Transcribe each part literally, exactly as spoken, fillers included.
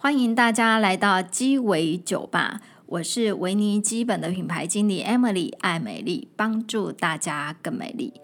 欢迎大家来到鸡尾酒吧，我是维尼基本的品牌经理 Emily 爱美丽，帮助大家更美丽。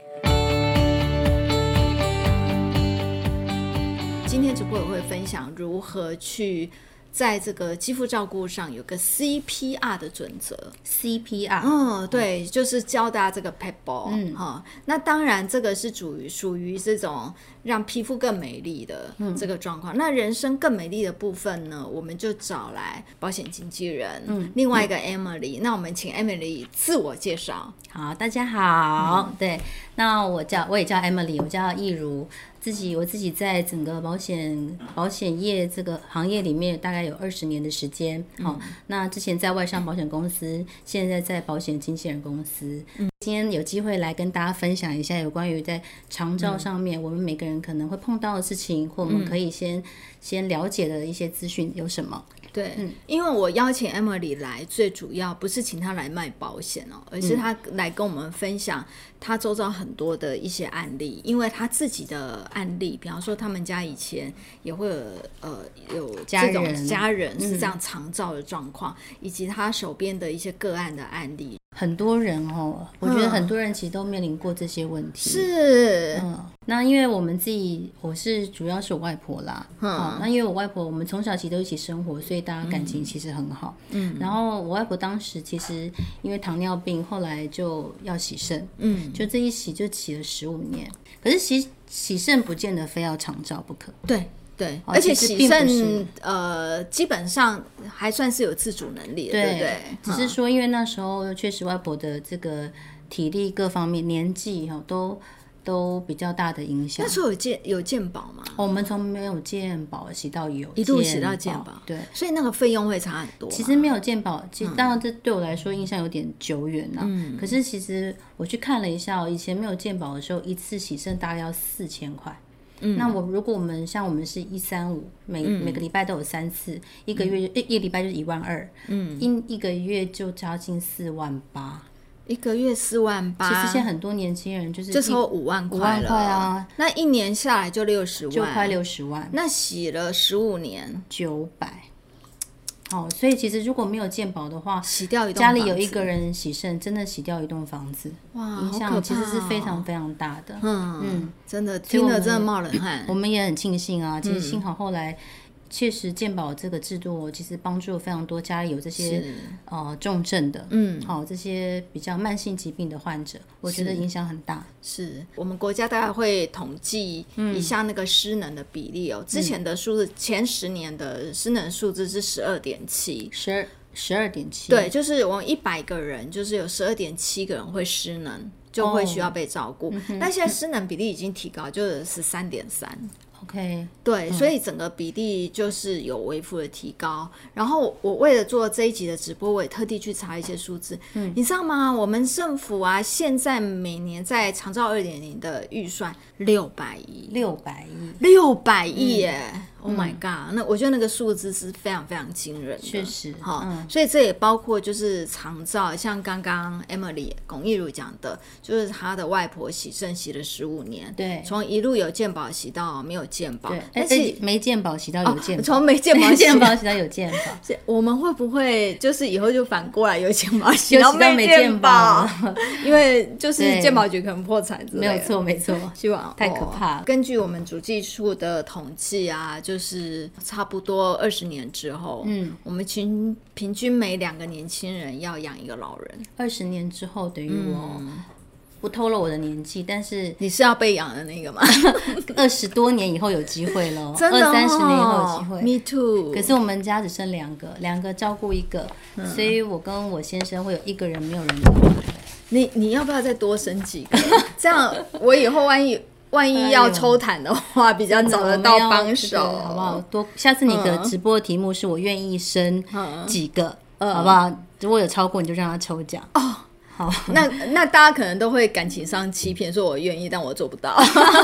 今天直播我会分享如何去在这个肌肤照顾上有个 C P R 的准则。 C P R 嗯，对，就是教大家这个 pebble、 嗯哦、那当然这个是属于属于这种让皮肤更美丽的这个状况、嗯、那人生更美丽的部分呢，我们就找来保险经纪人、嗯、另外一个 Emily、嗯、那我们请 Emily 自我介绍。 好，大家好、嗯、对，那我叫我也叫 Emily， 我叫易如，自己我自己在整个保险保险业这个行业里面大概有二十年的时间、嗯哦、那之前在外商保险公司，现在在保险经纪人公司、嗯、今天有机会来跟大家分享一下有关于在长照上面、嗯、我们每个人可能会碰到的事情，或我们可以先、嗯、先了解的一些资讯有什么。 对、嗯，因为我邀请 Emily 来，最主要不是请她来卖保险哦，而是她来跟我们分享她周遭很多的一些案例，因为她自己的案例，比方说他们家以前也会有呃有这种家人是这样长照的状况、嗯，以及她手边的一些个案的案例。 很多人哦，我觉得很多人其实都面临过这些问题。 是， 嗯，那因为我们自己，我是主要是我外婆啦，嗯，哦、那因为我外婆我们从小其实都一起生活，所以大家感情其实很好。嗯，然后我外婆当时其实因为糖尿病，后来就要洗肾，嗯，就这一洗就洗了十五年。可是洗洗肾不见得非要长照不可。 对。对，而且洗肾呃基本上还算是有自主能力的， 对, 对不对？ 只是说因为那时候确实外婆的这个体力各方面年纪都都比较大的影响。 那时候有健有健保吗？ 我们从没有健保洗到有， 一路洗到健保， 对， 所以那个费用会差很多。 其实没有健保，其实当然这对我来说印象有点久远了、嗯。可是其实我去看了一下，以前没有健保的时候，一次洗肾大概要四千块。嗯、那我如果我们像我们是一三五，每、嗯、每个礼拜都有三次，一个月、嗯、一个礼拜就是一万二，嗯，一一个月就将近四万八， 一个月四万八。 其实现在很多年轻人就是这时候五万块了，五万块啊，那一年下来就六十万， 就快六十万。 那洗了十五年， 九百。哦，所以其实如果没有健保的话， 洗掉一栋家里有一个人洗肾，真的洗掉一栋房子， 哇， 影响其实是非常非常大的。 嗯嗯，真的听了真的冒冷汗。 我们也很庆幸啊，其实幸好后来。确实健保这个制度其实帮助了非常多家里有这些呃重症的，嗯，好、哦、这些比较慢性疾病的患者，我觉得影响很大。 是我们国家大概会统计一下那个失能的比例哦，嗯、之前的数字、嗯、前十年的失能数字是十二点七， 十二十二点七， 对，就是我们一百个人就是有十二点七个人会失能，就会需要被照顾。哦、但现在失能比例已经提高，就是十三点三。 OK， 对、嗯，所以整个比例就是有微幅的提高。然后我为了做这一集的直播，我也特地去查一些数字。嗯，你知道吗？我们政府啊，现在每年在长照二点零的预算六百亿， 六百亿， 六百亿耶！嗯Oh my god！、嗯、那我觉得那个数字是非常非常惊人的， 确实。 好、嗯，所以这也包括就是长照，像刚刚 Emily 龚益如讲的，就是他的外婆洗肾洗了十五年，对，从一路有健保洗到没有健保， 对，而且没健保洗到有健保， 从、哦、没健保洗健保洗到有健保。 我们会不会就是以后就反过来有健保洗到没健保？因为就是健保局可能破产之类的， 没有错，没错。 希望太可怕了、 哦。根据我们主计处的统计啊，就是差不多二十年之后，嗯，我们平平均每两个年轻人要养一个老人。 二十年之后等于我、嗯、不透露我的年纪，但是你是要被养的那个吗？ 二十多年以后有机会咯， 真的、哦， 二三十年以后有机会。 Me too。 可是我们家只剩两个，两个照顾一个、嗯，所以我跟我先生会有一个人没有人照顾。 你你要不要再多生几个？这样我以后万一。万一要抽痰的话，比较找得到帮手， 好不好？多，下次你的直播的题目是我愿意生几个、嗯，好不好？如果有超过，你就让他抽奖哦。好，那那大家可能都会感情上欺骗，说我愿意，但我做不到。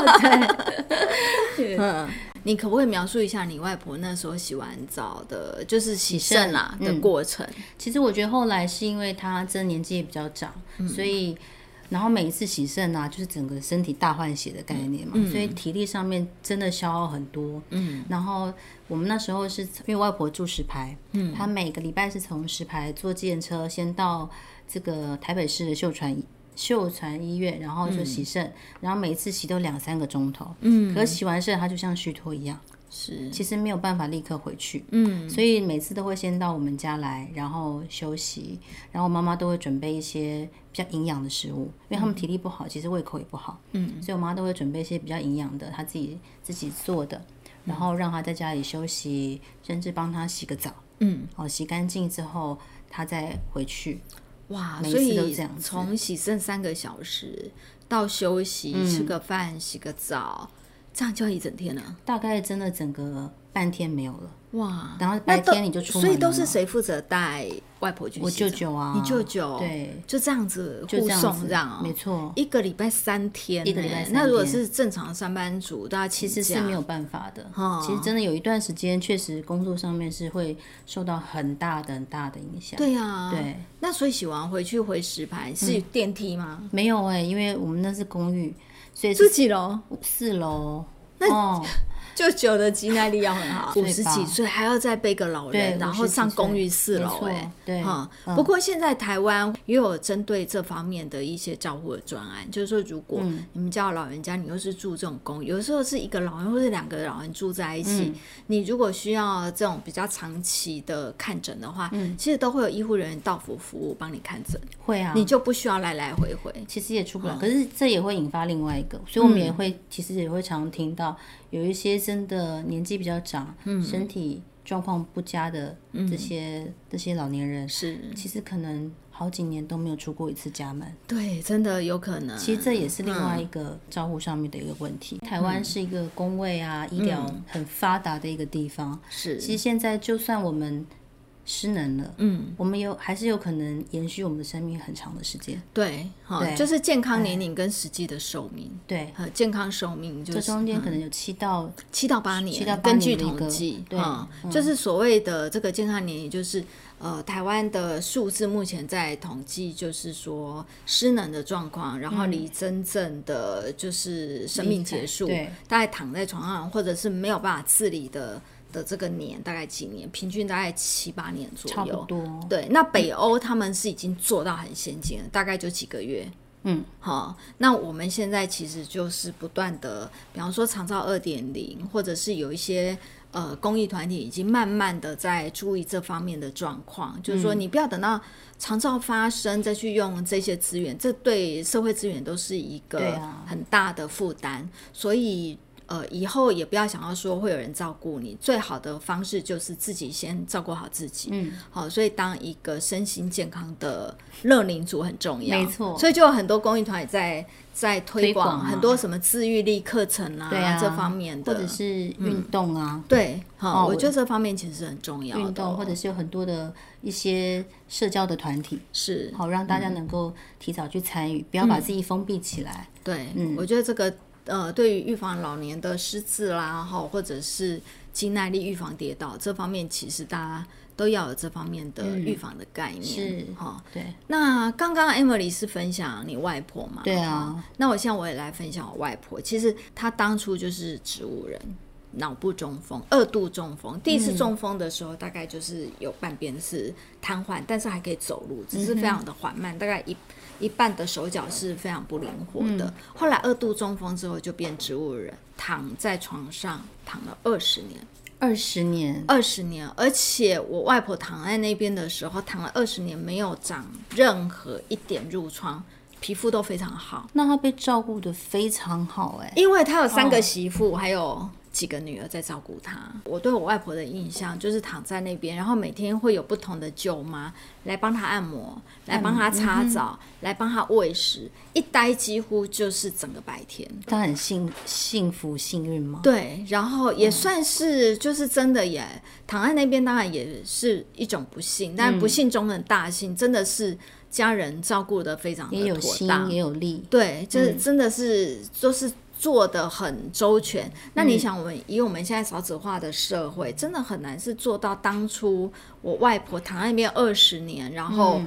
对，嗯，你可不可以描述一下你外婆那时候洗完澡的，就是洗肾啦的过程、嗯？ 其实我觉得后来是因为她这年纪也比较长、嗯，所以。 然后每一次洗肾啊，就是整个身体大换血的概念嘛，嗯、所以体力上面真的消耗很多。嗯，然后我们那时候是因为外婆住石牌，嗯，她每个礼拜是从石牌坐计程车先到这个台北市的秀传秀传医院，然后就洗肾，嗯、然后每一次洗都两三个钟头。嗯，可是洗完肾，她就像虚脱一样。是，其实没有办法立刻回去，嗯，所以每次都会先到我们家来，然后休息，然后妈妈都会准备一些比较营养的食物，因为他们体力不好，其实胃口也不好，嗯，所以我妈都会准备一些比较营养的，她自己自己做的，然后让她在家里休息，甚至帮她洗个澡，嗯，哦，洗干净之后，她再回去。 哇，所以从洗肾三个小时到休息，嗯、吃个饭，洗个澡。这样就要一整天了， 大概真的整个半天没有了。哇！然后白天你就出门了， 所以都是谁负责带外婆去洗澡？ 我舅舅啊， 你舅舅对，就这样子护送这样， 没错， 一个礼拜三天， 一个礼拜三天。 那如果是正常上班族，大家其实是没有办法的。哦、其实真的有一段时间，确实工作上面是会受到很大的很大的影响。 对啊， 对。 那所以洗完回去回石牌是电梯吗？ 嗯、没有哎、欸，因为我们那是公寓。所以住几楼？ 四楼。 那、哦、舅舅的肌耐力要很好，五十几岁还要再背个老人，然后上公寓四楼，哎， 对， 哈、嗯。不过现在台湾也有针对这方面的一些照护的专案，就是说，如果你们家有老人家，你又是住这种公寓，有的时候是一个老人或是两个老人住在一起，嗯、你如果需要这种比较长期的看诊的话，嗯、其实都会有医护人员到府服务帮你看诊， 会啊， 你就不需要来来回回， 其实也出不了。嗯、可是这也会引发另外一个，所以我们也会，嗯、其实也会常听到有一些真的年纪比较长，嗯、身体状况不佳的这些、嗯、这些老年人，是其实可能好几年都没有出过一次家门。 对，真的有可能。 其实这也是另外一个照护上面的一个问题。嗯、台湾是一个公卫啊、嗯、医疗很发达的一个地方。是，其实现在就算我们失能了，嗯，我们有还是有可能延续我们的生命很长的时间。 对，对，就是健康年龄跟实际的寿命。对，健康寿命就是、 这中间可能有七到七到八年， 七到八年根据统计，对、嗯嗯，就是所谓的这个健康年龄，就是呃，台湾的数字目前在统计，就是说失能的状况，然后离真正的就是生命结束，对，大概躺在床上或者是没有办法自理的。的这个年大概几年，平均大概七八年左右， 差不多。 对，那北欧他们是已经做到很先进了，大概就几个月。嗯，好，那我们现在其实就是不断的，比方说长照 二点零， 或者是有一些呃公益团体已经慢慢的在注意这方面的状况，就是说你不要等到长照发生再去用这些资源，这对社会资源都是一个很大的负担，啊、所以。呃，以后也不要想要说会有人照顾你，最好的方式就是自己先照顾好自己。嗯，好，所以当一个身心健康的乐龄族很重要， 没错。 所以就有很多公益团也在在推广很多什么自愈力课程啊，啊这方面的， 或者是运动啊， 嗯、对，好、哦，我觉得这方面其实是很重要的、哦。 运动或者是有很多的一些社交的团体，是好让大家能够提早去参与，嗯、不要把自己封闭起来。 对，嗯，我觉得这个。呃，对于预防老年的失智啦，或者是肌耐力预防跌倒这方面，其实大家都要有这方面的预防的概念。 是哈，对。 那刚刚 Emily 是分享你外婆嘛？ 对啊。 那我现在我也来分享我外婆。其实她当初就是植物人，脑部中风，二度中风。第一次中风的时候，嗯、大概就是有半边是瘫痪，但是还可以走路，只是非常的缓慢，嗯、大概一。一半的手脚是非常不灵活的、嗯、后来二度中风之后就变植物人，躺在床上躺了二十年二十年二十年，而且我外婆躺在那边的时候躺了二十年，没有长任何一点褥疮，皮肤都非常好。 那她被照顾得非常好哎、欸， 因为她有三个媳妇、哦、还有几个女儿在照顾她。我对我外婆的印象就是躺在那边，然后每天会有不同的舅妈来帮她按摩，来帮她擦澡、嗯、来帮她喂食，一待几乎就是整个白天。 她很幸幸福幸运吗？ 对，然后也算是就是真的也躺在那边，当然也是一种不幸，但不幸中的大幸，真的是家人照顾得非常的妥当， 也有心也有力。 对，就是真的是、嗯、就是做得很周全。那你想，我们以我们现在少子化的社会，真的很难是做到当初我外婆躺在那边二十年，然后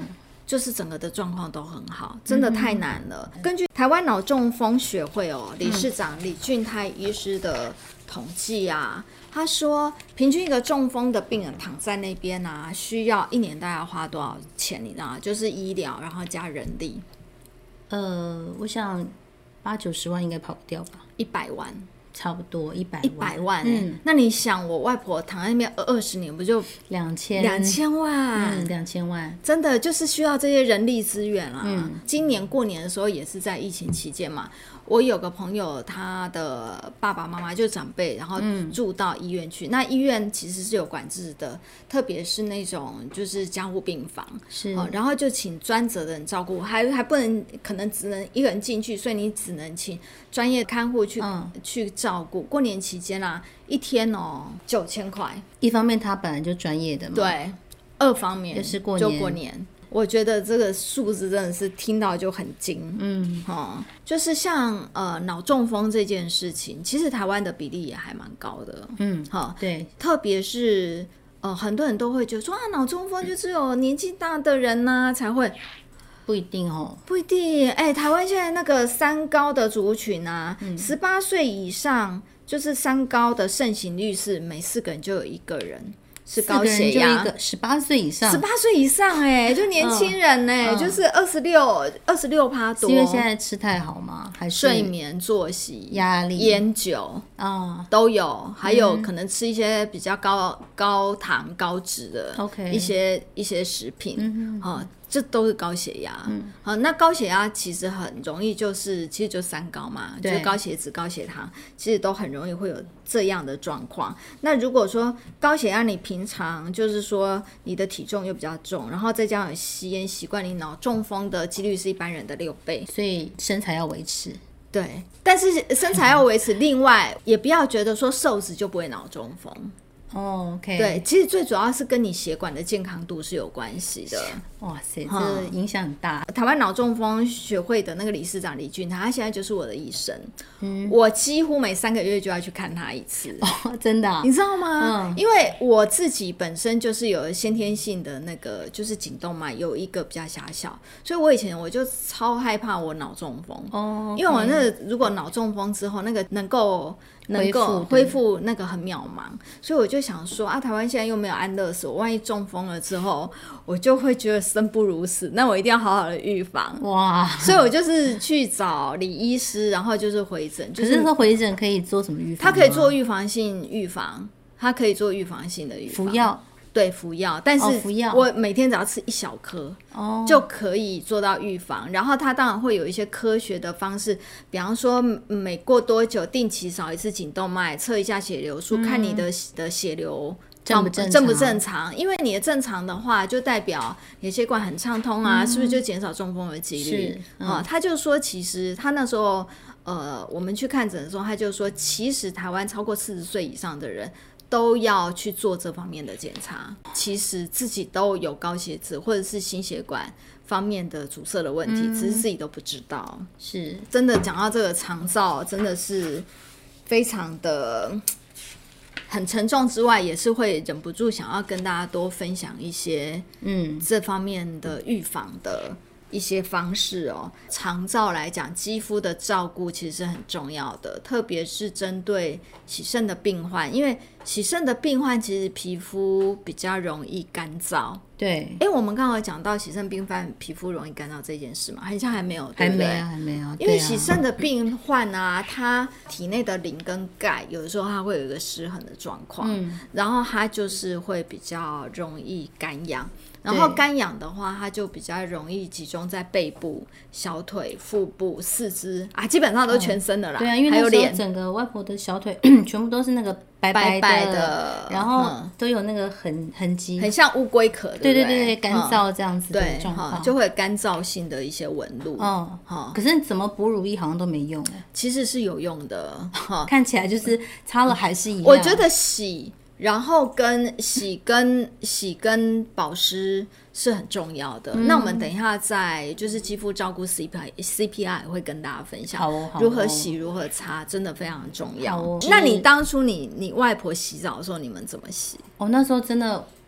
就是整个的状况都很好，真的太难了。嗯、根据台湾脑中风学会哦理事长李俊泰医师的统计啊，他说平均一个中风的病人躺在那边啊，需要一年大概花多少钱？你知道吗？就是医疗然后加人力， 呃，我想八九十万应该跑不掉吧， 一百万。 差不多一百万， 一百万、欸嗯，那你想，我外婆躺在那边二十年，不就两千两千万？ 嗯，两千万， 真的就是需要这些人力资源啊。嗯，今年过年的时候也是在疫情期间嘛，我有个朋友，他的爸爸妈妈就长辈，然后住到医院去。嗯、那医院其实是有管制的，特别是那种就是加护病房， 是、 哦，然后就请专责的人照顾，还还不能，可能只能一个人进去，所以你只能请专业看护去、嗯、去照顾。过年期间啦、啊，一天哦九千块。 一方面他本来就专业的嘛， 对，二方面就是过年， 就过年。我觉得这个数字真的是听到就很惊，嗯，哦，就是像呃脑中风这件事情，其实台湾的比例也还蛮高的， 嗯，好，对， 特别是呃很多人都会觉得说啊，脑中风就只有年纪大的人呐、啊、才会。 不一定哦， 不一定。哎、欸，台湾现在那个三高的族群啊，十八岁以上就是三高的盛行率是每四个人就有一个人是高血压， 十八岁以上， 十八岁以上、欸，哎，就年轻人呢、欸嗯，就是二十六二十六趴多。 是因为现在吃太好吗？还是睡眠、作息、 压力、 烟酒啊、哦、都有，还有可能吃一些比较高高糖高脂的一些、okay. 一些食品，嗯哼。哦，这都是高血压，嗯，好，那高血压其实很容易，就是其实就三高嘛，就是高血脂、高血糖，其实都很容易会有这样的状况。那如果说高血压，你平常就是说你的体重又比较重，然后再加上有吸烟习惯，你脑中风的几率是一般人的六倍， 所以身材要维持。 对，但是身材要维持，另外也不要觉得说瘦子就不会脑中风。 哦、oh, ，OK， 对，其实最主要是跟你血管的健康度是有关系的。 哇塞，这个影响很大。 台湾脑中风学会的那个理事长李俊他，他现在就是我的医生，嗯，我几乎每三个月就要去看他一次。 哦，真的、啊， 你知道吗？嗯，因为我自己本身就是有先天性的那个，就是颈动脉有一个比较狭小，所以我以前我就超害怕我脑中风。哦、okay，因为我那个如果脑中风之后，那个能够。能够恢复那个很渺茫，所以我就想说啊，台湾现在又没有安乐死，我万一中风了之后，我就会觉得生不如死，那我一定要好好的预防。哇！所以我就是去找李医师，然后就是回诊。就是、 可是说回诊可以做什么预防？ 他可以做预防性预防，他可以做预防性的预防。 服药。 对，服药，但是我每天只要吃一小颗、哦、就可以做到预防。然后它当然会有一些科学的方式，比方说每过多久定期扫一次颈动脉，测一下血流数、嗯，看你的的血流正不正常， 正不正常。因为你的正常的话，就代表你的血管很畅通啊，嗯、是不是就减少中风的几率？嗯、啊，他就说，其实他那时候呃，我们去看诊的时候，他就说，其实台湾超过四十岁以上的人。都要去做这方面的检查，其实自己都有高血脂或者是心血管方面的阻塞的问题、嗯、只是自己都不知道。是真的讲到这个长照真的是非常的很沉重之外，也是会忍不住想要跟大家多分享一些嗯这方面的预防的一些方式哦。长照来讲，肌肤的照顾其实是很重要的，特别是针对洗肾的病患，因为洗肾的病患其实皮肤比较容易干燥。对，哎，我们刚刚讲到洗肾病患皮肤容易干燥这件事嘛，好像还没有，对不对？还没有，还没有。因为洗肾的病患啊，他体内的磷跟钙有的时候他会有一个失衡的状况、嗯，然后他就是会比较容易干痒。然后干痒的话，它就比较容易集中在背部、小腿、腹部、四肢啊，基本上都全身的啦。哦、对啊，因为那时候整个外婆的小腿全部都是那个白白 的, 白白的然后都有那个痕痕迹， 很像乌龟壳，对不对？对对对， 干燥这样子的状况、 嗯，就会有干燥性的一些纹路。 哦、嗯，可是怎么补乳液好像都没用哎， 其实是有用的， 看起来就是擦了还是一样。 我觉得洗。然后跟洗跟洗跟保湿是很重要的、嗯、那我们等一下在就是肌肤照顾 C P R C P R 也会跟大家分享、哦哦、如何洗如何擦，真的非常重要、哦、那你当初你你外婆洗澡的时候你们怎么洗？ 哦，那时候真的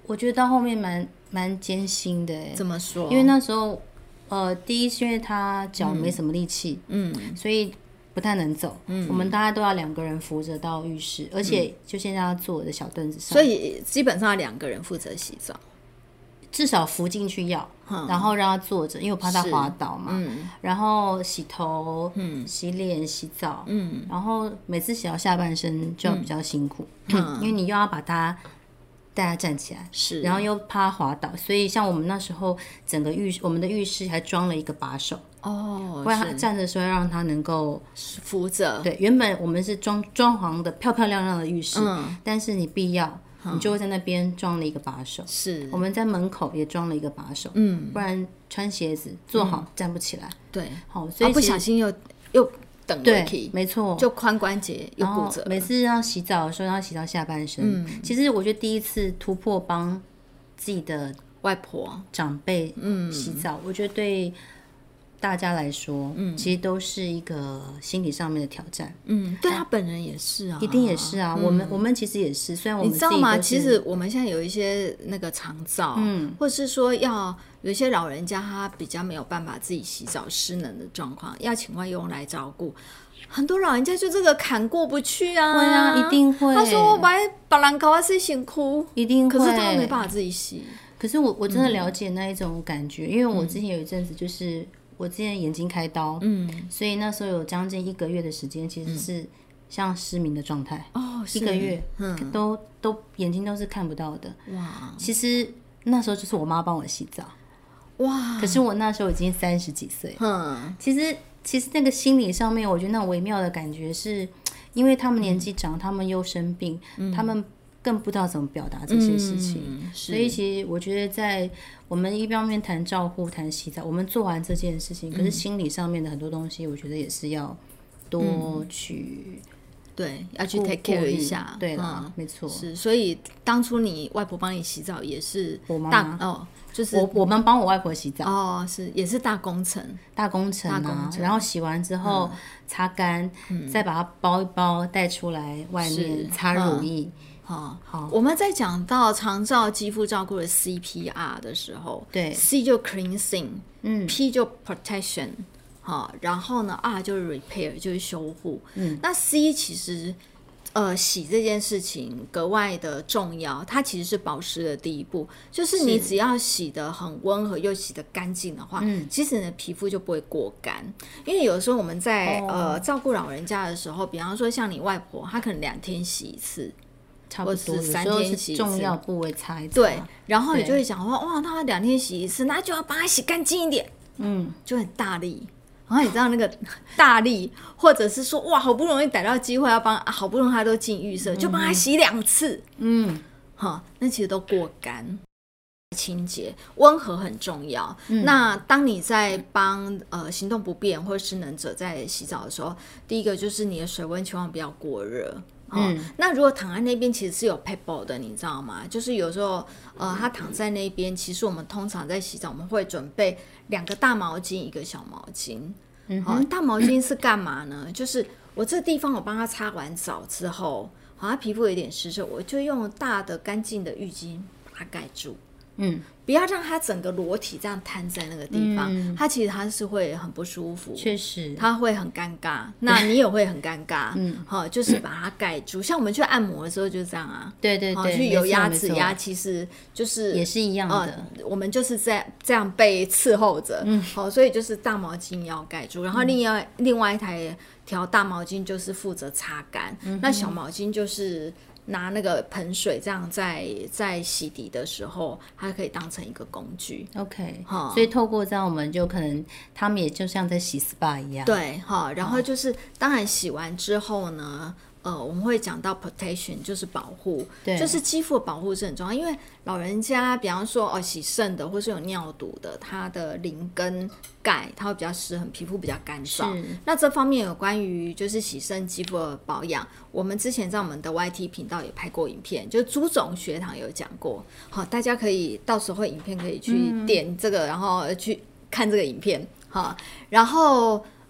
我觉得到后面蛮蛮艰辛的哎。 怎么说？ 因为那时候呃，第一是因为他脚没什么力气，嗯，所以不太能走，嗯，我们大家都要两个人扶着到浴室，而且就现在要坐我的小凳子上， 所以基本上两个人负责洗澡。 至少扶进去要，嗯、然后让他坐着，因为我怕他滑倒嘛。嗯、然后洗头、嗯、洗脸、洗澡，嗯、然后每次洗到下半身就要比较辛苦，嗯、因为你又要把他带他站起来， 是， 然后又怕他滑倒，所以像我们那时候整个浴我们的浴室还装了一个把手。 哦， 不然他站着的时候要让他能够扶着。 对，原本我们是装装潢的漂漂亮亮的浴室，嗯、但是你必要。你就会在那边装了一个把手， 是我们在门口也装了一个把手，嗯，不然穿鞋子坐好、嗯、站不起来， 对， 好，所以、 啊、不小心又又等对，没错， 就髋关节又骨折。 每次要洗澡的时候要洗到下半身，嗯，其实我觉得第一次突破帮自己的外婆长辈洗澡，嗯、我觉得对大家来说，嗯，其实都是一个心理上面的挑战。 嗯，对他本人也是啊， 一定也是啊。嗯、我们我们其实也是，虽然我们你知道吗？其实我们现在有一些那个长照，嗯，或者是说要有一些老人家他比较没有办法自己洗澡失能的状况，要请外佣来照顾。很多老人家就这个坎过不去啊， 会啊，一定会。 他说我把把人搞到自己辛苦， 一定会， 可是他没办法自己洗。 可是我我真的了解那一种感觉，嗯、因为我之前有一阵子就是我之前眼睛开刀，嗯，所以那时候有将近一个月的时间，其实是像失明的状态， 哦， 一个月，嗯，都都眼睛都是看不到的，哇！其实那时候就是我妈帮我洗澡，哇！可是我那时候已经三十几岁，嗯，其实其实那个心理上面，我觉得那种微妙的感觉是，因为他们年纪长，嗯、他们又生病，嗯、他们更不知道怎么表达这些事情，嗯、所以其实我觉得在我们一方面谈照护、谈洗澡，我们做完这件事情，嗯、可是心理上面的很多东西，我觉得也是要多去、嗯、 对，要去 take care 一下。 对啦、嗯，没错。 是，所以当初你外婆帮你洗澡也是我妈哦，就是我我们帮我外婆洗澡哦，是也是大工程， 大工程啊。工程然后洗完之后、嗯、擦干、嗯，再把它包一包带出来外面擦乳液。嗯哦、好，我们在讲到长照肌肤照顾的 C P R 的时候， 对 ，C 就 cleansing， 嗯 ，P 就 protection， 好，然后呢 R 就是 repair， 就是修护，嗯，那 C 其实呃洗这件事情格外的重要，它其实是保湿的第一步，就是你只要洗得很温和又洗得干净的话，嗯，其实你的皮肤就不会过干，因为有时候我们在、哦、呃照顾老人家的时候，比方说像你外婆，她可能两天洗一次。 差不多， 三天洗一次， 重要部位擦一擦。 对，然后你就会想说，哇，他两天洗一次，那就要把它洗干净一点，嗯，就很大力。然后你知道那个大力，或者是说，哇，好不容易逮到机会要帮，啊、好不容易他都进浴室，就帮他洗两次，嗯，哈，那其实都过干。清洁温和很重要、嗯、那当你在帮呃行动不便或失能者在洗澡的时候，第一个就是你的水温千万不要过热、哦、嗯，那如果躺在那边其实是有 pebble 的，你知道吗？就是有时候呃他躺在那边，其实我们通常在洗澡我们会准备两个大毛巾一个小毛巾、嗯哦、大毛巾是干嘛呢？就是我这地方我帮他擦完澡之后，好，他皮肤有点湿湿，我就用大的干净的浴巾把它盖住，嗯，不要让它整个裸体这样瘫在那个地方、嗯、它其实它是会很不舒服， 确实它会很尴尬，那你也会很尴尬嗯、哦，就是把它盖住、嗯、像我们去按摩的时候就是这样啊， 对对对、哦、 去油压指压其实就是也是一样的、 呃、我们就是在这样被伺候着、嗯哦、所以就是大毛巾要盖住，然后另外、嗯、另外一台条大毛巾就是负责擦干、嗯、那小毛巾就是拿那个盆水这样在在洗涤的时候，它可以当成一个工具。 OK，、嗯、所以透过这样，我们就可能他们也就像在洗 S P A 一样。 对，哈，然后就是、嗯、当然洗完之后呢，呃，我们会讲到 protection， 就是保护，对，就是肌肤的保护是很重要，因为老人家，比方说哦洗肾的或是有尿毒的，他的磷跟钙它会比较失衡，皮肤比较干燥。那这方面有关于就是洗肾肌肤的保养，我们之前在我们的 Y T 频道也拍过影片，就是朱总学堂有讲过，好，大家可以到时候影片可以去点这个，嗯、然后去看这个影片，好，然后。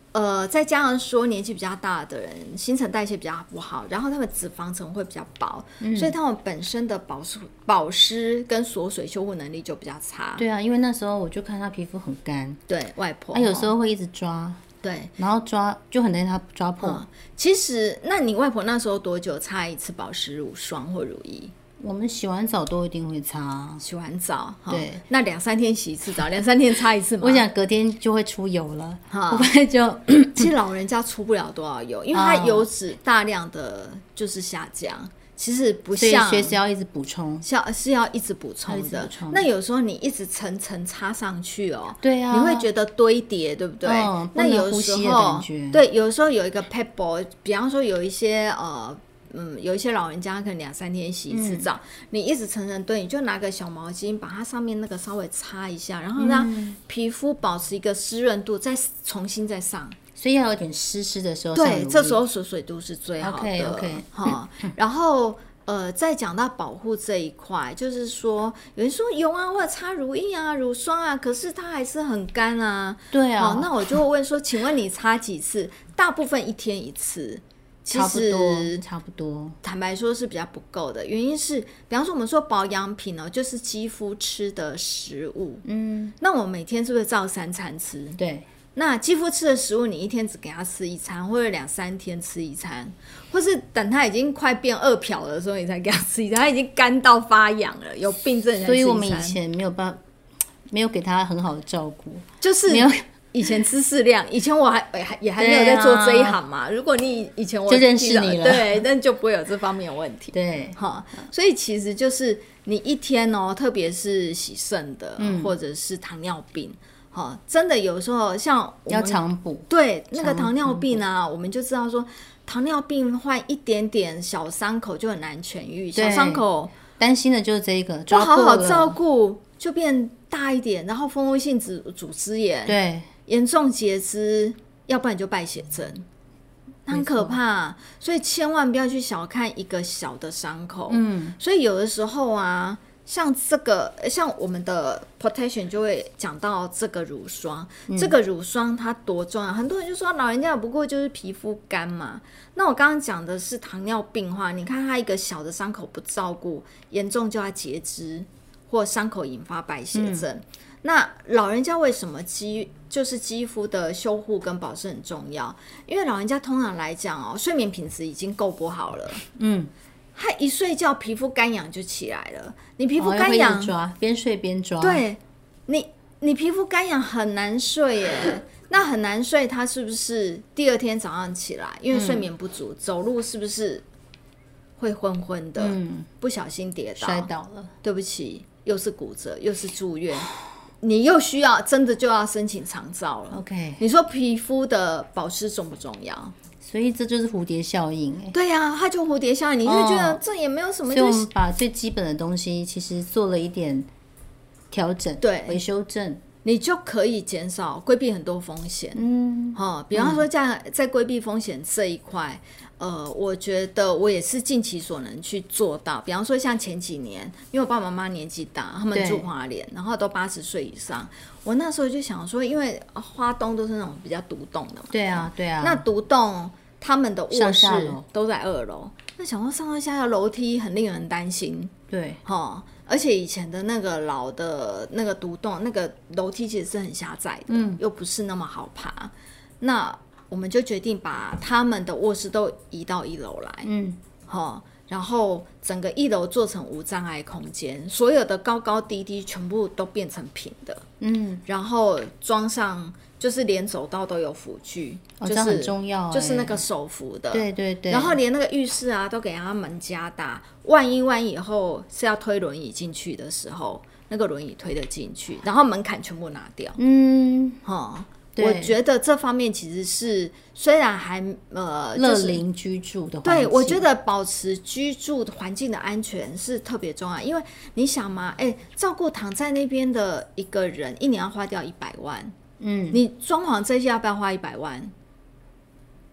呃，再加上说年纪比较大的人，新陈代谢比较不好，然后他们脂肪层会比较薄，嗯、所以他们本身的保湿、保湿跟锁水修护能力就比较差。 对啊，因为那时候我就看他皮肤很干， 对外婆， 他有时候会一直抓， 对， 然后抓就很难他抓破、嗯。 其实，那你外婆那时候多久擦一次保湿乳霜或乳液？ 我们洗完澡都一定会擦， 洗完澡， 对， 那两三天洗一次澡，两三天擦一次嘛。 我想隔天就会出油了，会不会就其实老人家出不了多少油，因为它油脂大量的就是下降。其实不像， 所以是要一直补充， 是要一直补充的。那有时候你一直层层擦上去哦， 对啊， 你会觉得堆叠，对不对？ 嗯、 那有时候，对，有时候有一个 pebble， 比方说有一些呃。嗯，有一些老人家可能两三天洗一次澡，嗯、你一直层层堆，你就拿个小毛巾把它上面那个稍微擦一下，然后让皮肤保持一个湿润度，再重新再上。 所以要有点湿湿的时候， 对，这时候锁水度是最好的。 OK OK， 好，然后呃，再讲到保护这一块，就是说有人说油啊，或者擦乳液啊、乳霜啊，可是它还是很干啊。 对啊， 那我就会问说，请问你擦几次？大部分一天一次。 差不多，差不多。 坦白说是比较不够的，原因是，比方说我们说保养品哦，就是肌肤吃的食物。嗯，那我每天是不是照三餐吃？ 对。 那肌肤吃的食物，你一天只给它吃一餐，或者两三天吃一餐，或是等它已经快变二瓢的时候，你才给它吃一餐，它已经干到发痒了，有病症才吃一餐。 所以我们以前没有办法，没有给它很好的照顾， 就是没有。 以前知识量，以前我还也还没有在做这一行嘛。啊、如果你以前我就认识你了， 对，但就不会有这方面的问题。 对， 哈，所以其实就是你一天哦，特别是洗肾的、嗯、或者是糖尿病，哈，真的有时候像我们要常补。 对，那个糖尿病啊，我们就知道说，糖尿病患一点点小伤口就很难痊愈，小伤口担心的就是这个， 不好好照顾就变大一点，然后蜂窝性组组织炎。 对。 严重截肢，要不然就败血症，很可怕。所以千万不要去小看一个小的伤口。嗯，所以有的时候啊，像这个，像我们的 protection 就会讲到这个乳霜，嗯、这个乳霜它多重要？很多人就说老人家不过就是皮肤干嘛。那我刚刚讲的是糖尿病化，你看他一个小的伤口不照顾，严重就要截肢或伤口引发败血症。嗯、那老人家为什么肌就是肌肤的修护跟保湿很重要？因为老人家通常来讲哦，睡眠品质已经够不好了。嗯，他一睡觉皮肤干痒就起来了。你皮肤干痒， 抓边睡边抓。 对，你你皮肤干痒很难睡耶。那很难睡，他是不是第二天早上起来，因为睡眠不足，嗯、走路是不是会昏昏的？嗯，不小心跌倒摔倒了， 对不起，又是骨折，又是住院。你又需要真的就要申请长照了。 OK， 你说皮肤的保湿重不重要？ 所以这就是蝴蝶效应。 对呀、啊，它就蝴蝶效应，你会觉得这也没有什么、就是。 所以我们把最基本的东西其实做了一点调整， 对， 微修正， 你就可以减少规避很多风险。嗯，哈，比方说在在规避风险这一块。呃，我觉得我也是尽其所能去做到。比方说，像前几年，因为我爸爸妈妈年纪大，他们住花莲，然后都八十岁以上。我那时候就想说，因为花东都是那种比较独栋的嘛， 对啊，对啊。 那独栋他们的卧室都在二楼，那想说上到下下楼梯很令人担心。 对， 哈，而且以前的那个老的那个独栋，那个楼梯其实是很狭窄的，嗯，又不是那么好爬。那我们就决定把他们的卧室都移到一楼来，嗯，好，然后整个一楼做成无障碍空间，所有的高高低低全部都变成平的，嗯，然后装上就是连走道都有辅具， 哦， 就是、 这很重要， 就是那个手扶的， 对对对， 然后连那个浴室啊都给他门加大，万一万一以后是要推轮椅进去的时候，那个轮椅推得进去，然后门槛全部拿掉，嗯，哈。我觉得这方面其实是虽然还呃乐龄居住的环境， 对，我觉得保持居住的环境的安全是特别重要，因为你想嘛，哎，照顾躺在那边的一个人，一年要花掉一百万，嗯，你装潢这些要不要花一百万？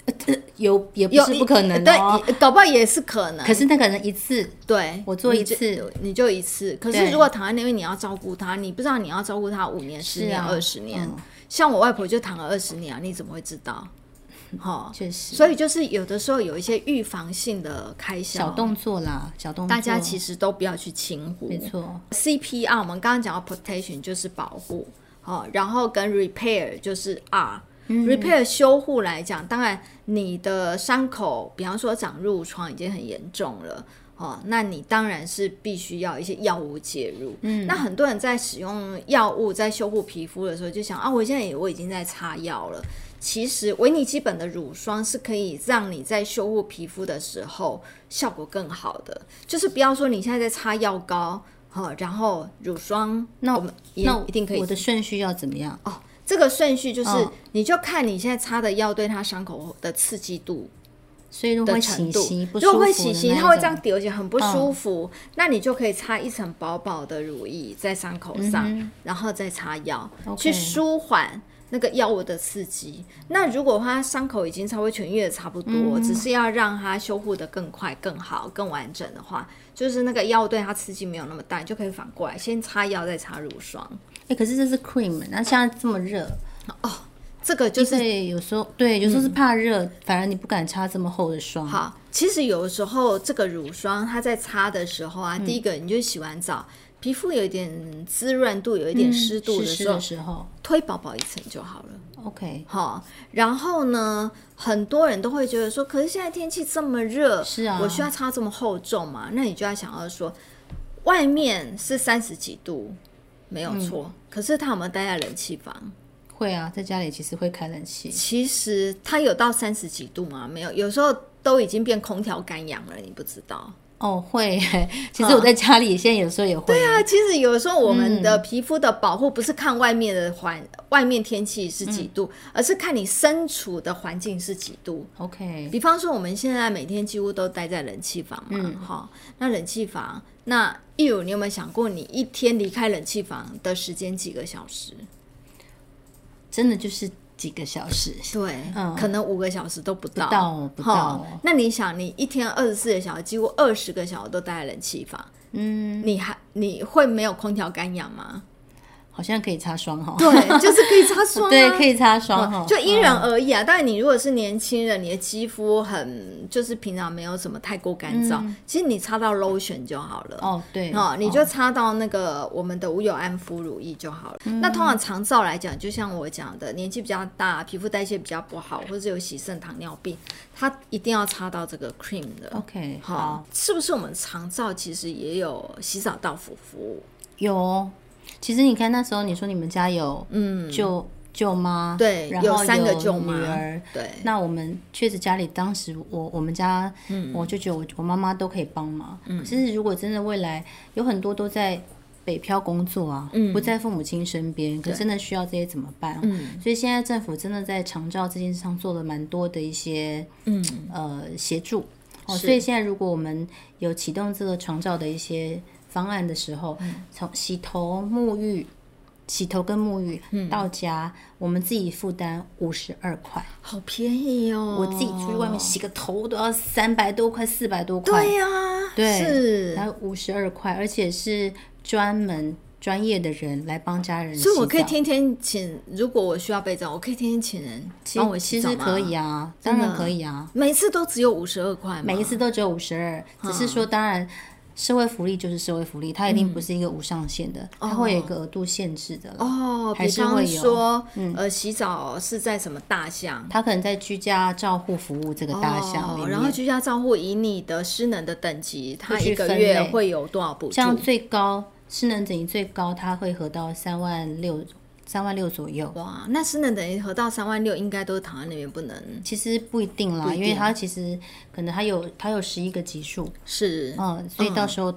有也不是不可能哦， 对，搞不好也是可能。 可是那个人一次， 对， 我做一次你就，你就一次。可是如果躺在那边，你要照顾他，你不知道你要照顾他五年、十年、二十年。嗯、像我外婆就躺了二十年啊，你怎么会知道？哈， 确实。 所以就是有的时候有一些预防性的开销， 小动作啦，小动作， 大家其实都不要去轻忽。 没错 ，C P R 我们刚刚讲到 protection 就是保护，哦，然后跟 repair 就是 R。嗯、repair 修护来讲，当然你的伤口，比方说长褥疮已经很严重了，哦，那你当然是必须要一些药物介入。嗯，那很多人在使用药物在修护皮肤的时候，就想啊，我现在我已经在擦药了。其实维尼基本的乳霜是可以让你在修护皮肤的时候效果更好的，就是不要说你现在在擦药膏，哦、然后乳霜， 那我们也一定可以。 我的顺序要怎么样？ 哦。这个顺序就是， 哦、 你就看你现在擦的药对它伤口的刺激度， 所以如果会起洗， 如果会起洗，它会这样丢起来很不舒服，嗯、那你就可以擦一层薄薄的乳液在伤口上，嗯、然后再擦药， okay. 去舒缓那个药物的刺激。那如果它伤口已经稍微痊愈的差不多，嗯、只是要让它修复的更快、更好、更完整的话，就是那个药对它刺激没有那么大，你就可以反过来先擦药再擦乳霜。 哎、欸，可是这是 cream， 那现在这么热哦，这个就是有时候对，有时候是怕热，嗯、反而你不敢擦这么厚的霜。 好，其实有的时候这个乳霜它在擦的时候啊， 嗯、 第一个你就洗完澡，皮肤有一点滋润度，有一点湿度的时候， 嗯、湿湿的时候推薄薄一层就好了。 OK， 好，然后呢，很多人都会觉得说，可是现在天气这么热， 是啊， 我需要擦这么厚重嘛？那你就要想要说，外面是三十几度。没有错，嗯、可是他有没有待在冷气房？ 会啊，在家里其实会开冷气。 其实他有到三十几度吗？没有，有时候都已经变空调干痒了，你不知道。 哦，会。其实我在家里、嗯、现在有时候也会。 对啊，其实有时候我们的皮肤的保护不是看外面的环，嗯、外面天气是几度，嗯、而是看你身处的环境是几度。 OK。 比方说我们现在每天几乎都待在冷气房嘛，哈、嗯，那冷气房，那一如你有没有想过，你一天离开冷气房的时间几个小时？ 真的就是几个小时， 对，嗯、可能五个小时都不到， 不到，不到。 那你想，你一天二十四个小时，几乎二十个小时都待在冷气房，嗯，你还你会没有空调干痒吗？ 好像可以擦霜哈， 对，就是可以擦霜、啊， 对，可以擦霜哈、 嗯，就因人而异啊。当然，你如果是年轻人，你的肌肤很就是平常没有什么太过干燥，嗯、其实你擦到 lotion 就好了。 哦，对， 哦，你就擦到那个我们的无油安肤乳液就好了。嗯、那通常长照来讲，就像我讲的，年纪比较大，皮肤代谢比较不好，或者有洗肾、糖尿病，他一定要擦到这个 cream 的。 OK， 好， 好，是不是我们长照其实也有洗澡到府服务？ 有。其实你看那时候你说你们家有嗯舅舅妈， 对， 然后有三个舅妈女儿， 对， 那我们确实家里当时我我们家，嗯，我就觉得我我妈妈都可以帮忙。嗯，可是如果真的未来有很多都在北漂工作啊，嗯，不在父母亲身边，可真的需要这些怎么办？嗯，所以现在政府真的在长照这件事上做了蛮多的一些嗯呃协助哦，所以现在如果我们有启动这个长照的一些方案的时候，从洗头、沐浴、洗头跟沐浴、嗯、到家，我们自己负担五十二块， 好便宜哦！ 我自己出去外面洗个头都要三百多块、四百多块。 对呀、啊， 对， 是， 然后五十二块，而且是专门专业的人来帮家人洗澡。 所以我可以天天请，如果我需要被照，我可以天天请人帮我洗澡吗？ 其实可以啊，当然可以啊。 每次都只有五十二块吗？ 每一次都只有五十二，只是说当然。社会福利就是社会福利，它一定不是一个无上限的，嗯、它会有一个额度限制的哦。 还是会有比方说，嗯、呃，洗澡是在什么大项？ 它可能在居家照护服务这个大项里面、 哦、然后居家照护以你的失能的等级，它一个月会有多少补助？ 像最高失能等级最高，它会合到三万六。三万六左右， 哇！那失能等于合到三万六，应该都躺在那边不能。 其实不一定啦，因为它其实可能它有它有十一个级数， 是， 嗯，所以到时候都可以。嗯、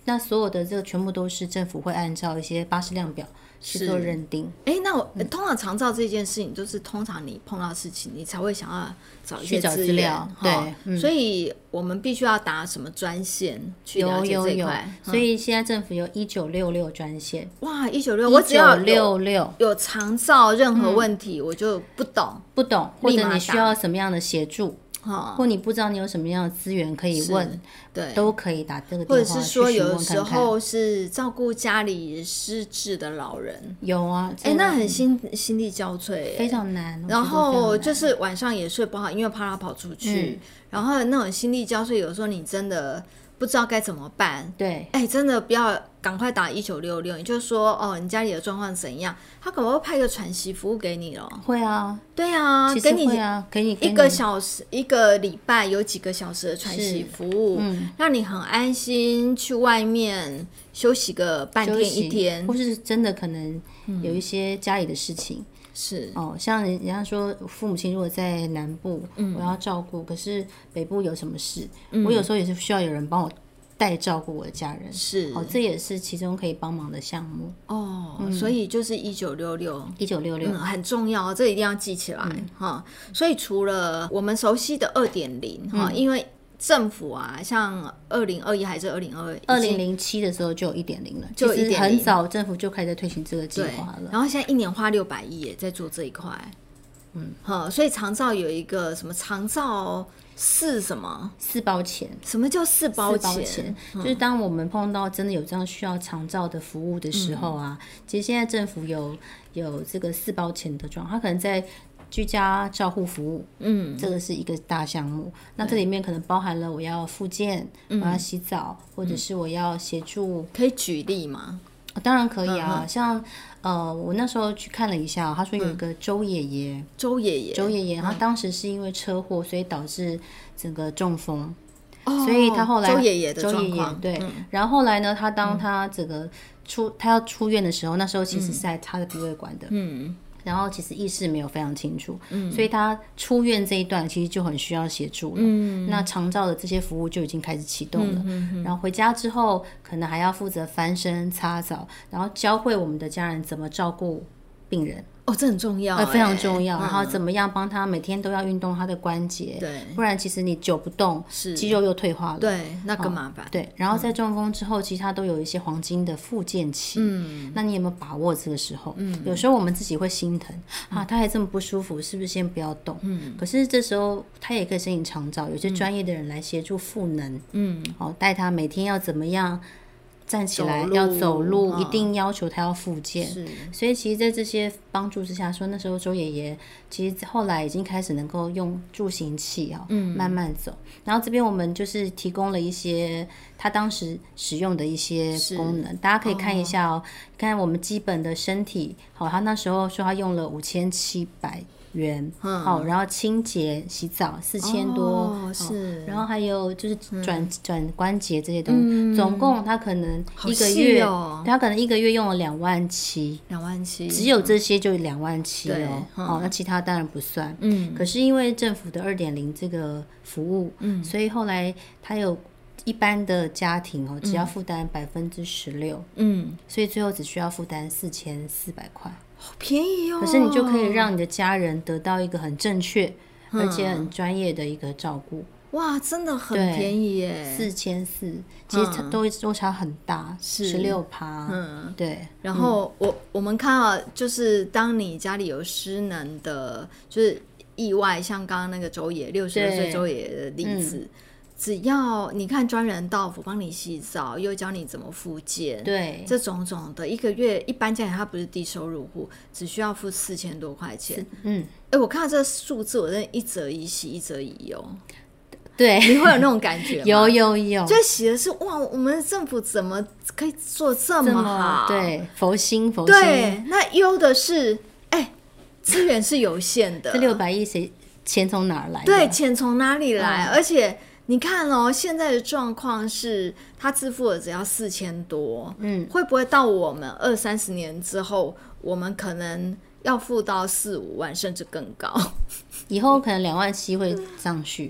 那所有的这个全部都是政府会按照一些巴氏量表去做认定。 哎，那我、嗯、通常长照这件事情，就是通常你碰到事情，你才会想要找一些资料， 对、 嗯，所以我们必须要打什么专线去了解这一块。有有有， 嗯、所以现在政府有一九六六专线。 哇，一九六六，我只要六六有长照任何问题，嗯、我就不懂不懂，或者你需要什么样的协助。或你不知道你有什么样的资源可以问， 对， 都可以打这个电话或者是说有的时候是照顾家里失智的老人， 有啊， 哎、欸，那很心心力交瘁， 非常难。 然后就是晚上也睡不好，因为怕他跑出去，嗯、然后那种心力交瘁，有时候你真的不知道该怎么办。 对， 哎、欸，真的不要赶快打一九六六，你就说哦，你家里的状况怎样，他可能会派个喘息服务给你了。 会啊， 对啊， 给你啊，给你一个小时，一个礼拜有几个小时的喘息服务，嗯，让你很安心去外面休息个半天一天， 或是真的可能有一些家里的事情。嗯是哦，像人家说父母亲如果在南部，嗯、我要照顾，可是北部有什么事，嗯、我有时候也是需要有人帮我代照顾我的家人， 是哦，这也是其中可以帮忙的项目哦。嗯、所以就是一九六六， 一九六六很重要，这一定要记起来哈、嗯。所以除了我们熟悉的二点零哈，因为政府啊，像二零二一还是二零二二零零七的时候就有一点零了，就其实很早政府就开始推行这个计划了。 然后现在一年花六百亿也在做这一块，嗯，好，所以长照有一个什么长照四什么四包钱？ 什么叫四包钱？ 四包钱、嗯、就是当我们碰到真的有这样需要长照的服务的时候啊，嗯、其实现在政府有有这个四包钱的状况，它可能在居家照护服务，嗯，这个是一个大项目。那这里面可能包含了我要复健，嗯、我要洗澡，或者是我要协助。 可以举例吗？ 哦、当然可以啊，嗯、像呃，我那时候去看了一下，他说有一个周爷爷， 周爷爷， 周爷爷，他当时是因为车祸，所以导致整个中风。哦、所以他后来周爷爷的状况， 周爷爷对、嗯，然后后来呢，他当他整个出、嗯、他要出院的时候，那时候其实是在插着鼻胃管的，嗯。然后其实意识没有非常清楚，嗯，所以他出院这一段其实就很需要协助了，嗯，那长照的这些服务就已经开始启动了，嗯嗯嗯、然后回家之后可能还要负责翻身、擦澡，然后教会我们的家人怎么照顾病人。 哦，这很重要、欸， 呃，非常重要。嗯、然后怎么样帮他每天都要运动他的关节， 对， 不然其实你久不动，肌肉又退化了， 对，那更麻烦、哦。 对，然后在中风之后，其实他都有一些黄金的复健期，嗯，那你有没有把握这个时候？嗯，有时候我们自己会心疼、嗯、啊，他还这么不舒服，是不是先不要动？嗯，可是这时候他也可以申请长照，有些专业的人来协助赋能，嗯，哦，带他每天要怎么样。站起来要走路、嗯、一定要求他要复健，所以其实在这些帮助之下，说那时候周爷爷其实后来已经开始能够用助行器、哦嗯、慢慢走。然后这边我们就是提供了一些他当时使用的一些功能，大家可以看一下哦。看我们基本的身体，好，他那时候说他用了五千七百元，好、嗯，然后清洁洗澡四千多， 哦，是， 然后还有就是转转、嗯、关节这些东西、嗯，总共他可能一个月， 哦、 他可能一个月用了两万七， 两万七， 只有这些就两万七哦，嗯、哦，那其他当然不算，嗯，可是因为政府的二点零这个服务，嗯，所以后来他有。一般的家庭哦，只要负担百分之十六，嗯，所以最后只需要负担四千四百块， 好便宜哦。 可是你就可以让你的家人得到一个很正确、嗯、而且很专业的一个照顾。 哇，真的很便宜耶， 四千四，其实都落差很大，十六趴，嗯，对。 然后我、嗯、我们看到，就是当你家里有失能的，就是意外，像刚刚那个周爷六十二岁周爷的例子。只要你看专人到府帮你洗澡，又教你怎么复健， 对， 这种种的一个月，一般家庭他不是低收入户，只需要付四千多块钱。嗯，哎、欸，我看到这个数字，我真的一则以喜，一则以忧。 对， 你会有那种感觉吗？ 有有有， 就喜的是哇，我们的政府怎么可以做这么好？ 对，佛心佛心。 对，那忧的是，哎、欸，资源是有限的， 这六百亿谁钱从哪儿来的？ 对，钱从哪里来？嗯、而且。你看哦，现在的状况是他支付了只要四千多，嗯，会不会到我们二三十年之后，我们可能要付到四五万甚至更高？ 以后可能两万七会上去，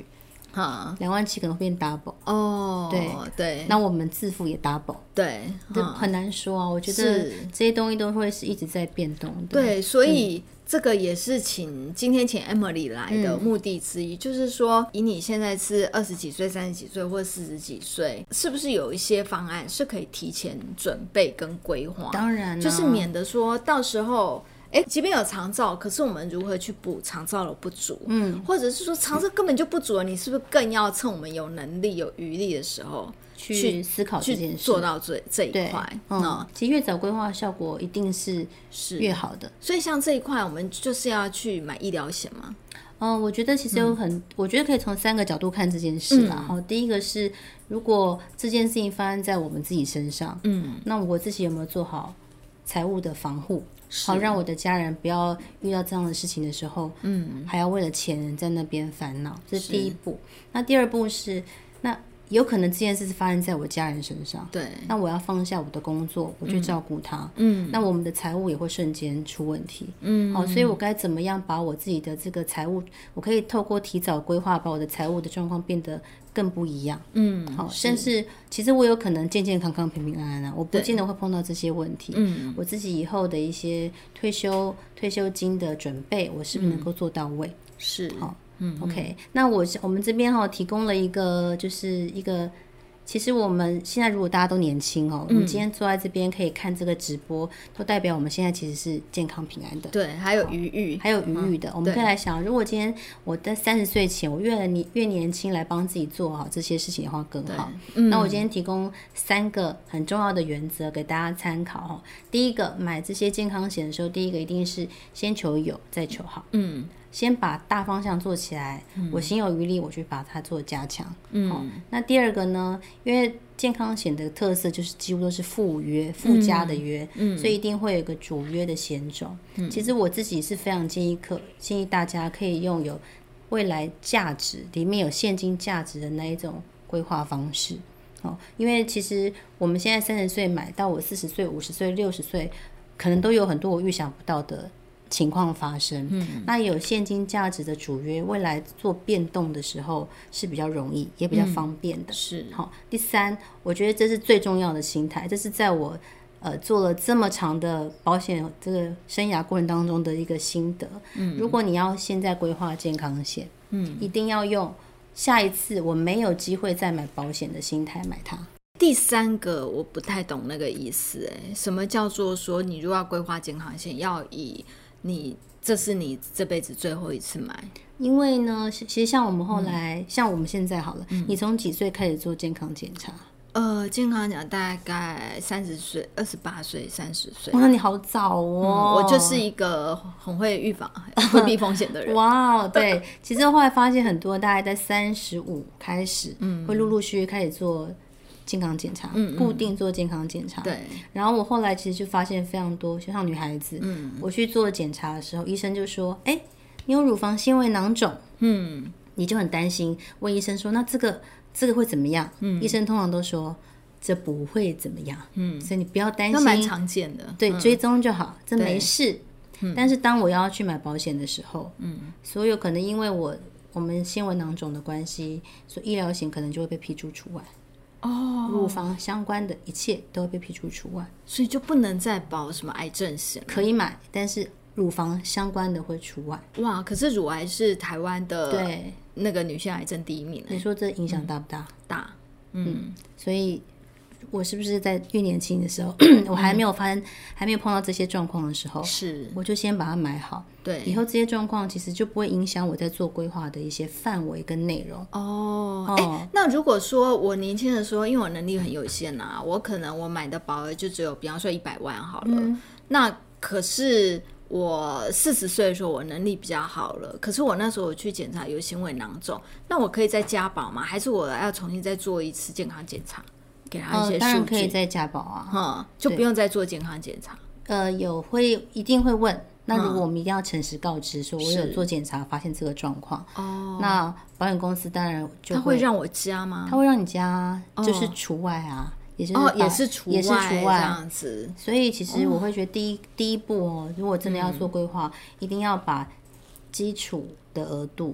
哈， 两万七可能会变 double。 哦， 对对， 那我们自付也 double。 对， 这很难说啊，我觉得这些东西都会是一直在变动的。 对，所以这个也是请今天请 Emily 来的目的之一，嗯、就是说，以你现在是二十几岁、三十几岁或四十几岁，是不是有一些方案是可以提前准备跟规划？ 当然、啊， 就是免得说到时候。哎，即便有长照，可是我们如何去补长照的不足？嗯，或者是说长照根本就不足了，你是不是更要趁我们有能力、有余力的时候去思考这件事， 做到这这一块？ 嗯，其实越早规划，效果一定是是越好的。 所以像这一块，我们就是要去买医疗险吗？ 嗯，我觉得其实有很，嗯、我觉得可以从三个角度看这件事啦。好、嗯，第一个是，如果这件事情发生在我们自己身上，嗯，那我自己有没有做好财务的防护？好，让我的家人不要遇到这样的事情的时候，嗯，还要为了钱在那边烦恼，这是第一步。那第二步是，那有可能这件事是发生在我家人身上， 对， 那我要放下我的工作，我去照顾他，嗯，那我们的财务也会瞬间出问题，嗯，好，所以我该怎么样把我自己的这个财务，我可以透过提早规划，把我的财务的状况变得更不一样，嗯，好，甚至其实我有可能健健康康、平平安安啊，我不见得会碰到这些问题，嗯，我自己以后的一些退休退休金的准备，我是不是能够做到位？ 嗯、是， 好。嗯 ，OK， 那我我们这边哈、哦、提供了一个，就是一个，其实我们现在如果大家都年轻哦，嗯、我们今天坐在这边可以看这个直播，都代表我们现在其实是健康平安的， 对，还有余裕， 还有余裕的。嗯、我们可以来想，如果今天我在三十岁前，我越年越年轻来帮自己做好这些事情的话更好。嗯、那我今天提供三个很重要的原则给大家参考哈。第一个，买这些健康险的时候，第一个一定是先求有，再求好。嗯。先把大方向做起来，嗯、我心有余力，我去把它做加强。嗯、哦，那第二个呢？因为健康险的特色就是几乎都是附约、附加的约，嗯、所以一定会有一个主约的险种。嗯、其实我自己是非常建议客建议大家可以用有未来价值、里面有现金价值的那一种规划方式。哦，因为其实我们现在三十岁买到我四十岁、五十岁、六十岁，可能都有很多我预想不到的情况发生，嗯，那有现金价值的主约，未来做变动的时候是比较容易，也比较方便的。嗯、 是， 好。第三，我觉得这是最重要的心态，这是在我呃做了这么长的保险这个生涯过程当中的一个心得。嗯，如果你要现在规划健康险，嗯，一定要用下一次我没有机会再买保险的心态买它。 第三个我不太懂那个意思，哎，什么叫做说你如果要规划健康险，要以你这是你这辈子最后一次买？ 因为呢，其实像我们后来，嗯、像我们现在好了，嗯、你从几岁开始做健康检查？ 呃，健康讲大概三十岁、二十八岁、三十岁。 哇，你好早哦、 嗯！我就是一个很会预防、会避风险的人。 哇，对，其实后来发现很多大概在三十五开始，嗯，会陆陆续续开始做健康检查，嗯嗯固定做健康检查。 对。 然后我后来其实就发现非常多，就像女孩子，嗯，我去做检查的时候，医生就说：“哎，你有乳房纤维囊肿。”嗯，你就很担心，问医生说：“那这个这个会怎么样？”嗯，医生通常都说这不会怎么样。嗯，所以你不要担心， 那蛮常见的。 对，嗯、追踪就好，这没事。嗯、但是当我要去买保险的时候，嗯，所有可能因为我我们纤维囊肿的关系，所以医疗险可能就会被批注除外。哦，乳房相关的一切都会被批注除外， 所以就不能再保什么癌症险？ 可以买，但是乳房相关的会除外。 哇，可是乳癌是台湾的对那个女性癌症第一名， 你说这影响大不大？ 嗯、大， 嗯，嗯所以我是不是在越年轻的时候，我还没有发生，还没有碰到这些状况的时候， 是我就先把它买好。 对， 以后这些状况其实就不会影响我在做规划的一些范围跟内容。 哦，哎、哦，那如果说我年轻的时候，因为我能力很有限啊，我可能我买的保额就只有，比方说一百万好了。嗯、那可是我四十岁的时候，我能力比较好了，可是我那时候我去检查有纤维囊肿，那我可以再加保吗？还是我要重新再做一次健康检查？给他一些数据、哦、 当然可以再加保啊， 嗯，就不用再做健康检查。 呃，有会一定会问，那如果我们一定要诚实告知说我有做检查发现这个状况，哦，那保险公司当然就会他会让我加吗？ 他会让你加，就是除外啊，也是哦，也是除外， 也是除外这样子。 所以其实我会觉得第一、哦、第一步哦，如果真的要做规划，嗯、一定要把基础的额度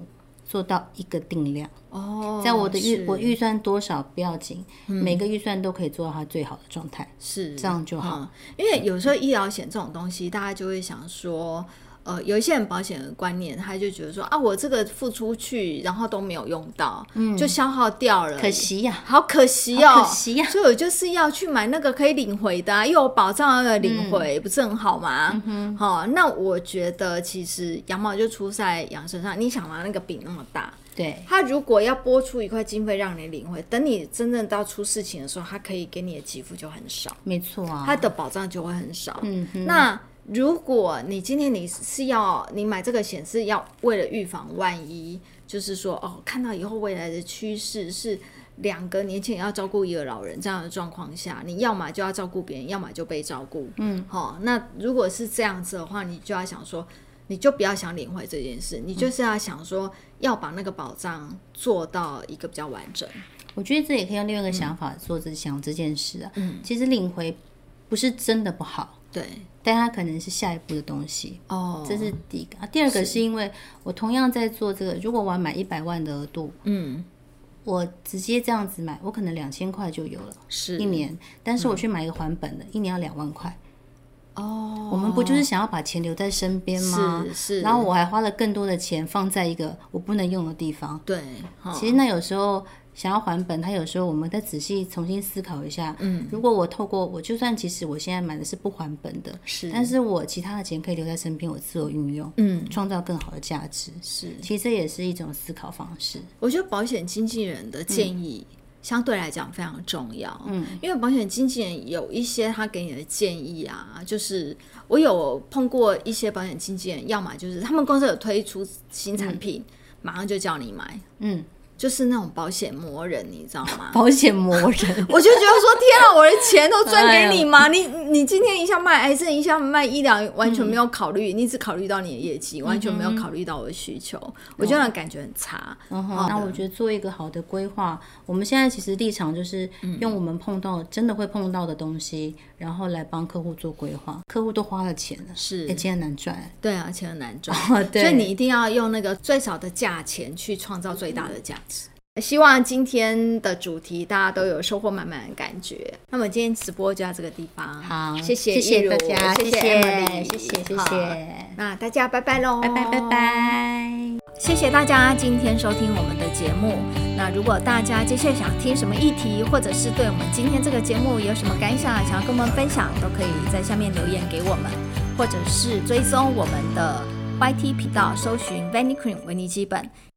做到一个定量。 哦， 在我的预是我预算多少不要紧，每个预算都可以做到它最好的状态， 是这样就好。 嗯因为有时候医疗险这种东西，大家就会想说。呃，有一些人保险的观念，他就觉得说啊，我这个付出去，然后都没有用到，嗯，就消耗掉了， 可惜呀、 好可惜哦， 好可惜呀、 所以我就是要去买那个可以领回的、啊，又有保障又有领回，嗯、不是很好吗？嗯好、哦，那我觉得其实羊毛就出在羊身上。你想嘛，那个饼那么大， 对， 他如果要拨出一块经费让你领回，等你真正到出事情的时候，他可以给你的给付就很少， 没错啊， 他的保障就会很少。 嗯哼， 那如果你今天你是要你买这个险是要为了预防万一，就是说哦，看到以后未来的趋势是两个年轻人要照顾一个老人这样的状况下，你要么就要照顾别人，要么就被照顾。嗯，好、哦，那如果是这样子的话，你就要想说，你就不要想领回这件事，你就是要想说要把那个保障做到一个比较完整。 我觉得这也可以用另外一个想法做这想这件事啊。嗯，其实领回不是真的不好。 对， 但它可能是下一步的东西哦， 这是第一个、啊、第二个是因为我同样在做这个，如果我要买一百万的额度，嗯，我直接这样子买，我可能两千块就有了， 是一年，但是我去买一个还本的，嗯、一年要两万块。 哦， 我们不就是想要把钱留在身边吗？ 是是， 然后我还花了更多的钱放在一个我不能用的地方。 对， 哦、其实那有时候。想要还本，他有时候我们再仔细重新思考一下。嗯，如果我透过我就算其实我现在买的是不还本的， 是， 但是我其他的钱可以留在身边，我自由运用，嗯，创造更好的价值。 是， 其实这也是一种思考方式。 我觉得保险经纪人的建议、嗯、相对来讲非常重要。嗯，因为保险经纪人有一些他给你的建议啊，就是我有碰过一些保险经纪人，要么就是他们公司有推出新产品，嗯、马上就叫你买。嗯。就是那种保险魔人，你知道吗？ 保险魔人， 我就觉得说，天啊，我的钱都赚给你吗？哎、你你今天一下卖癌症，一下卖医疗，完全没有考虑，嗯、你只考虑到你的业绩，完全没有考虑到我的需求，嗯、我觉得那感觉很差。 嗯哼，那我觉得做一个好的规划，我们现在其实立场就是用我们碰到、嗯、真的会碰到的东西，然后来帮客户做规划。客户都花了钱了， 是， 欸、钱很难赚。 对啊，钱很难赚，哦、所以你一定要用那个最少的价钱去创造最大的价值。希望今天的主题大家都有收获满满的感觉。那么今天直播就到这个地方， 好， 谢谢谢谢大家， 谢谢 Emily， 谢谢谢谢。 那大家拜拜咯， 拜拜拜拜。 谢谢大家今天收听我们的节目。那如果大家接下来想听什么议题，或者是对我们今天这个节目有什么感想，想要跟我们分享，都可以在下面留言给我们，或者是追踪我们的 Y T 频道，搜寻 Vanicream 维尼基本。